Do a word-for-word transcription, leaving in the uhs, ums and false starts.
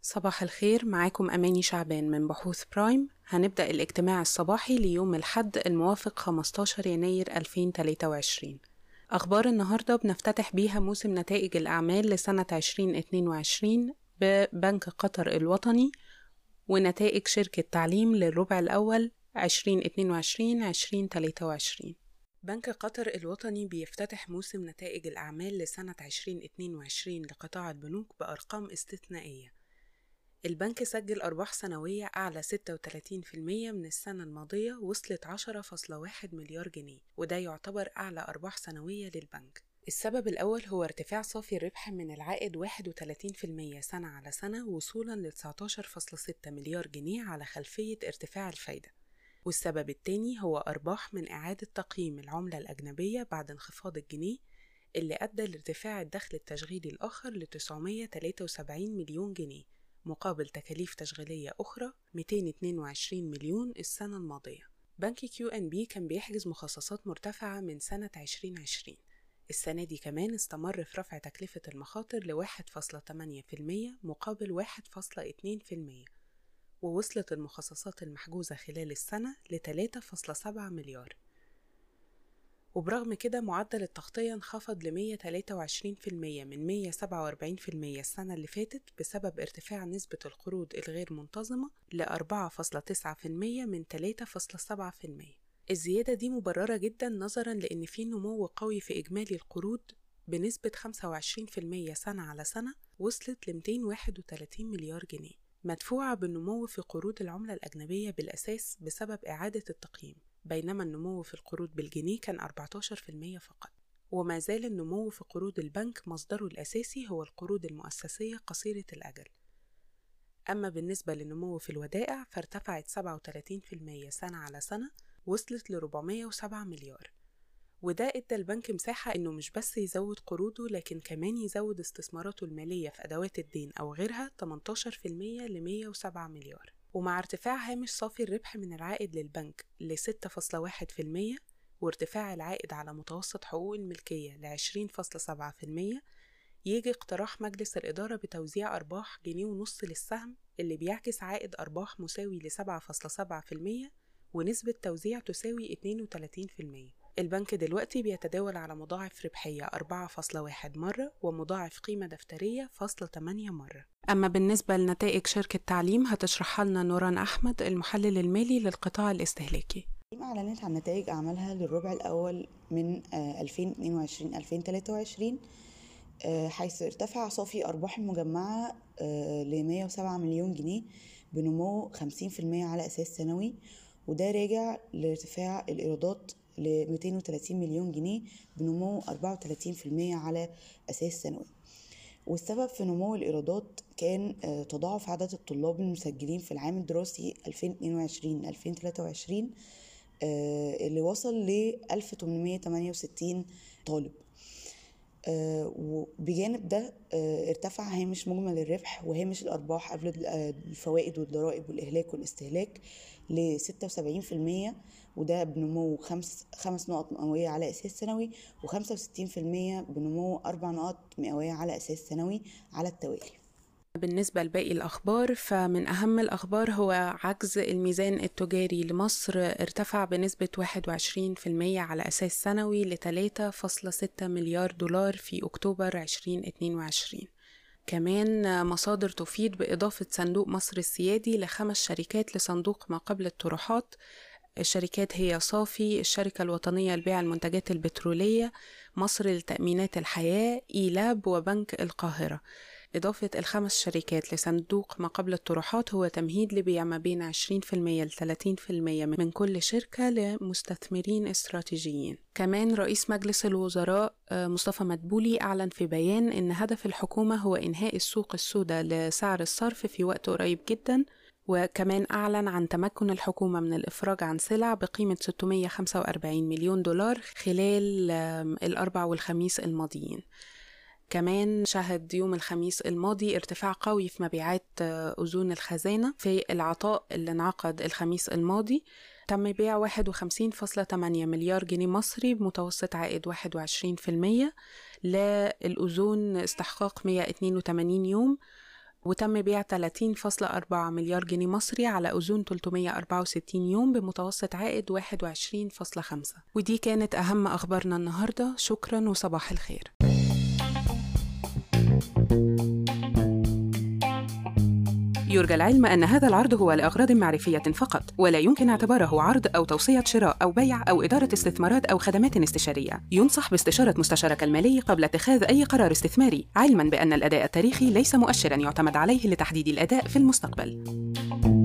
صباح الخير، معاكم أماني شعبان من بحوث برايم. هنبدأ الاجتماع الصباحي ليوم الحد الموافق خمستاشر يناير ألفين وتلاتة وعشرين. أخبار النهاردة بنفتتح بيها موسم نتائج الأعمال لسنة عشرين اتنين وعشرين ببنك قطر الوطني، ونتائج شركة تعليم للربع الأول عشرين اتنين وعشرين عشرين تلاتة وعشرين. بنك قطر الوطني بيفتتح موسم نتائج الأعمال لسنة عشرين اتنين وعشرين لقطاع البنوك بأرقام استثنائية. البنك سجل أرباح سنوية أعلى ستة وتلاتين بالمية من السنة الماضية، وصلت عشرة فاصلة واحد مليار جنيه، وده يعتبر أعلى أرباح سنوية للبنك. السبب الأول هو ارتفاع صافي الربح من العائد واحد وتلاتين بالمية سنة على سنة، وصولاً ل تسعتاشر فاصلة ستة مليار جنيه على خلفية ارتفاع الفايدة. والسبب التاني هو أرباح من إعادة تقييم العملة الأجنبية بعد انخفاض الجنيه، اللي أدى لارتفاع الدخل التشغيلي الآخر ل تسعمية تلاتة وسبعين مليون جنيه، مقابل تكاليف تشغيلية أخرى مئتين واتنين وعشرين مليون السنة الماضية. بنك كيو إن بي كان بيحجز مخصصات مرتفعة من سنة عشرين عشرين. السنة دي كمان استمر في رفع تكلفة المخاطر ل واحد فاصلة تمانية بالمية مقابل واحد فاصلة اتنين بالمية، ووصلت المخصصات المحجوزة خلال السنة ل تلاتة فاصلة سبعة مليار. وبرغم كده معدل التغطية انخفض ل مية وتلاتة وعشرين بالمية من مية وسبعة وأربعين بالمية السنة اللي فاتت بسبب ارتفاع نسبة القروض الغير منتظمة ل أربعة فاصلة تسعة بالمية من تلاتة فاصلة سبعة بالمية. الزيادة دي مبررة جدا نظرا لأن في نمو قوي في إجمالي القروض بنسبة خمسة وعشرين بالمية سنة على سنة، وصلت ل مئتين وواحد وتلاتين مليار جنيه، مدفوعة بالنمو في قروض العملة الأجنبية بالأساس بسبب إعادة التقييم، بينما النمو في القروض بالجنيه كان أربعتاشر بالمية فقط. وما زال النمو في قروض البنك مصدره الأساسي هو القروض المؤسسية قصيرة الأجل. أما بالنسبة للنمو في الودائع فارتفعت سبعة وتلاتين بالمية سنة على سنة، وصلت ل أربعمية وسبعة مليار، وده ادى البنك مساحة انه مش بس يزود قروضه لكن كمان يزود استثماراته المالية في ادوات الدين او غيرها تمنتاشر بالمية ل مية وسبعة مليار. ومع ارتفاع هامش صافي الربح من العائد للبنك ل ستة فاصلة واحد بالمية وارتفاع العائد على متوسط حقوق الملكية ل عشرين فاصلة سبعة بالمية، يجي اقتراح مجلس الإدارة بتوزيع أرباح جنيه ونص للسهم، اللي بيعكس عائد أرباح مساوي ل سبعة فاصلة سبعة بالمية ونسبة توزيع تساوي اتنين وتلاتين بالمية. البنك دلوقتي بيتداول على مضاعف ربحية أربعة فاصلة واحد مرة ومضاعف قيمة دفترية فاصلة تمانية مرة. أما بالنسبة لنتائج شركة تعليم هتشرحها لنا نوران أحمد المحلل المالي للقطاع الاستهلاكي. أعلنت عن نتائج أعمالها للربع الأول من ألفين واتنين وعشرين ألفين وتلاتة وعشرين، حيث ارتفع صافي أرباح المجمعة ل مية وسبعة مليون جنيه بنمو خمسين بالمية على أساس سنوي، وده راجع لارتفاع الإيرادات ل مئتين وتلاتين مليون جنيه بنمو أربعة وتلاتين بالمية على أساس سنوي. والسبب في نمو الإيرادات كان تضاعف عدد الطلاب المسجلين في العام الدراسي ألفين واتنين وعشرين ألفين وتلاتة وعشرين اللي وصل ل ألف وتمنمية تمانية وستين طالب. آه وبجانب ده آه ارتفع هامش مجمل الربح وهامش الأرباح قبل الفوائد والضرائب والإهلاك والاستهلاك ل ستة وسبعين بالمية، وده بنمو خمس, خمس نقط مئوية على أساس سنوي، وخمسة وستين بالمية بنمو أربع نقط مئوية على أساس سنوي على التوالي. بالنسبة لباقي الأخبار، فمن أهم الأخبار هو عجز الميزان التجاري لمصر ارتفع بنسبة واحد وعشرين بالمية على أساس سنوي ل تلاتة فاصلة ستة مليار دولار في أكتوبر عشرين اتنين وعشرين. كمان مصادر تفيد بإضافة صندوق مصر السيادي لخمس شركات لصندوق ما قبل الطروحات. الشركات هي صافي، الشركة الوطنية لبيع المنتجات البترولية، مصر لتأمينات الحياة، إيلاب، وبنك القاهرة. إضافة الخمس شركات لصندوق ما قبل الطروحات هو تمهيد لبيع ما بين عشرين بالمية ل ثلاثين بالمية من كل شركة لمستثمرين استراتيجيين. كمان رئيس مجلس الوزراء مصطفى مدبولي أعلن في بيان إن هدف الحكومة هو إنهاء السوق السوداء لسعر الصرف في وقت قريب جدا، وكمان أعلن عن تمكن الحكومة من الإفراج عن سلع بقيمة ستمية وخمسة وأربعين مليون دولار خلال الأربع والخميس الماضيين. كمان شهد يوم الخميس الماضي ارتفاع قوي في مبيعات أذون الخزانة. في العطاء اللي انعقد الخميس الماضي تم بيع واحد وخمسين فاصلة تمانية مليار جنيه مصري بمتوسط عائد واحد وعشرين بالمية للأذون استحقاق مية واتنين وتمانين يوم، وتم بيع ثلاثين فاصلة أربعة مليار جنيه مصري على أذون ثلاثمائة وأربعة وستين يوم بمتوسط عائد واحد وعشرين فاصلة خمسة. ودي كانت أهم أخبارنا النهاردة. شكراً وصباح الخير. يرجى العلم أن هذا العرض هو لأغراض معرفية فقط، ولا يمكن اعتباره عرض أو توصية شراء أو بيع أو إدارة استثمارات أو خدمات استشارية. ينصح باستشارة مستشارك المالي قبل اتخاذ أي قرار استثماري، علماً بأن الأداء التاريخي ليس مؤشراً يعتمد عليه لتحديد الأداء في المستقبل.